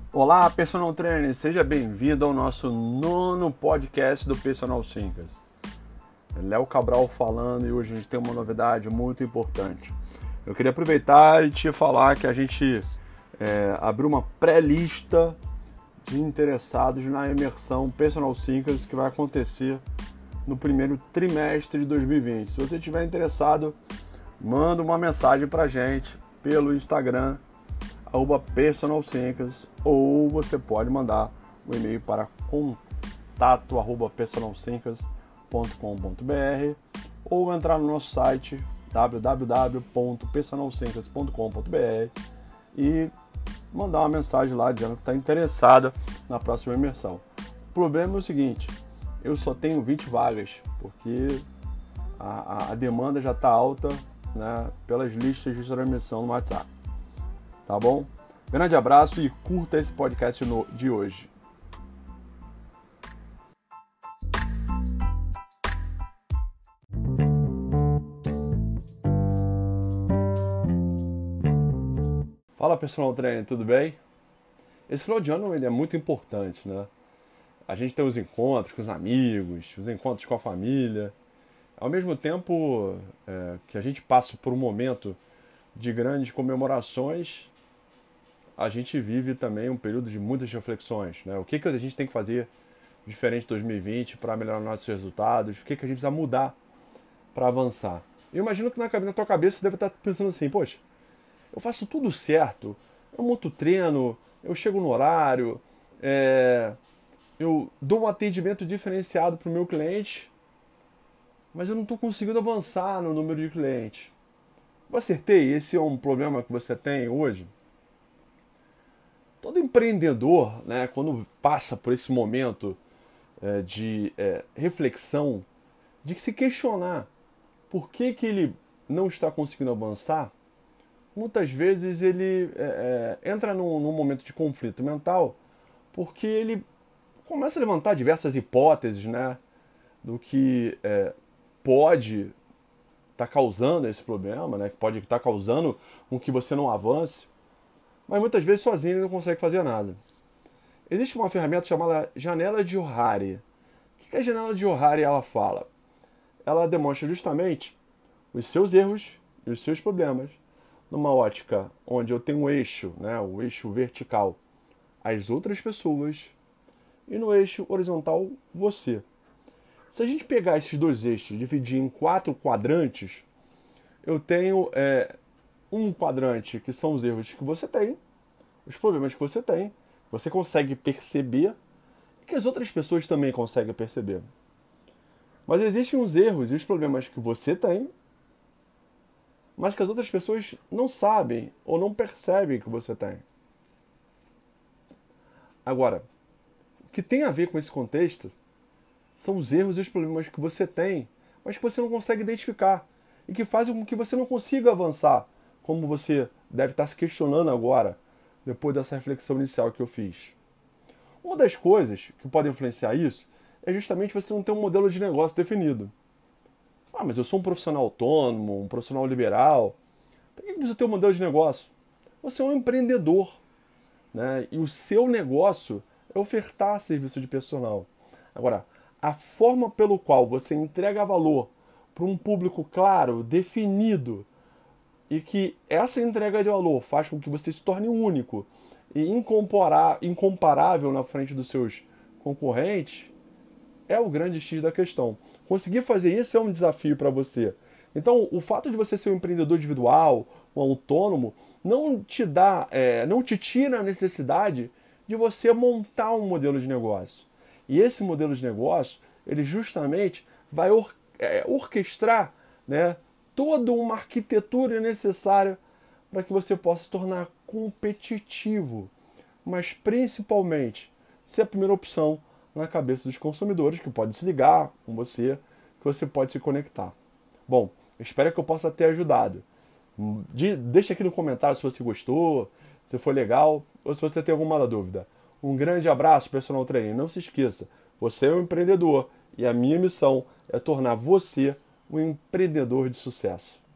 Olá, Personal Trainer, seja bem-vindo ao nosso nono podcast do Personal Thinkers. Léo Cabral falando e hoje a gente tem uma novidade muito importante. Eu queria aproveitar e te falar que a gente abriu uma pré-lista de interessados na imersão Personal Thinkers que vai acontecer no primeiro trimestre de 2020. Se você estiver interessado, manda uma mensagem pra gente pelo Instagram, @personalthinkers, ou você pode mandar um e-mail para contato@personalthinkers.com.br ou entrar no nosso site www.personalthinkers.com.br e mandar uma mensagem lá dizendo que está interessada na próxima imersão. O problema é o seguinte: eu só tenho 20 vagas, porque a demanda já está alta, né, pelas listas de transmissão no WhatsApp. Tá bom? Grande abraço e curta esse podcast de hoje. Fala, Personal Trainer, tudo bem? Esse final de ano ele é muito importante, né? A gente tem os encontros com os amigos, os encontros com a família. Ao mesmo tempo que a gente passa por um momento de grandes comemorações, a gente vive também um período de muitas reflexões, né? O que a gente tem que fazer diferente de 2020 para melhorar nossos resultados? O que a gente precisa mudar para avançar? Eu imagino que na tua cabeça você deve estar pensando assim: poxa, eu faço tudo certo, eu monto treino, eu chego no horário, eu dou um atendimento diferenciado para o meu cliente, mas eu não estou conseguindo avançar no número de clientes. Eu acertei? Esse é um problema que você tem hoje? Todo empreendedor, né, quando passa por esse momento de reflexão, de se questionar por que ele não está conseguindo avançar, muitas vezes ele entra num momento de conflito mental, porque ele começa a levantar diversas hipóteses, né, do que pode estar causando esse problema, né, que pode estar causando com que você não avance. Mas muitas vezes sozinho ele não consegue fazer nada. Existe uma ferramenta chamada Janela de Johari. O que a Janela de Johari ela fala? Ela demonstra justamente os seus erros e os seus problemas numa ótica onde eu tenho um eixo, né, o eixo vertical, as outras pessoas, e no eixo horizontal, você. Se a gente pegar esses dois eixos e dividir em 4 quadrantes, eu tenho um quadrante que são os erros que você tem, os problemas que você consegue perceber e que as outras pessoas também conseguem perceber. Mas existem os erros e os problemas que você tem, mas que as outras pessoas não sabem ou não percebem que você tem. Agora, o que tem a ver com esse contexto são os erros e os problemas que você tem, mas que você não consegue identificar e que fazem com que você não consiga avançar, como você deve estar se questionando agora, depois dessa reflexão inicial que eu fiz. Uma das coisas que pode influenciar isso é justamente você não ter um modelo de negócio definido. Ah, mas eu sou um profissional autônomo, um profissional liberal. Por que você tem um modelo de negócio? Você é um empreendedor, né? E o seu negócio é ofertar serviço de personal. Agora, a forma pelo qual você entrega valor para um público claro, definido, e que essa entrega de valor faz com que você se torne único e incomparável na frente dos seus concorrentes, é o grande X da questão. Conseguir fazer isso é um desafio para você. Então, o fato de você ser um empreendedor individual, um autônomo, não te tira a necessidade de você montar um modelo de negócio. E esse modelo de negócio, ele justamente vai orquestrar, né, toda uma arquitetura necessária para que você possa se tornar competitivo, mas principalmente ser a primeira opção na cabeça dos consumidores que podem se ligar com você, que você pode se conectar. Bom, espero que eu possa ter ajudado. Deixa aqui no comentário se você gostou, se foi legal ou se você tem alguma dúvida. Um grande abraço, Personal Trainer. Não se esqueça, você é um empreendedor e a minha missão é tornar você um empreendedor de sucesso.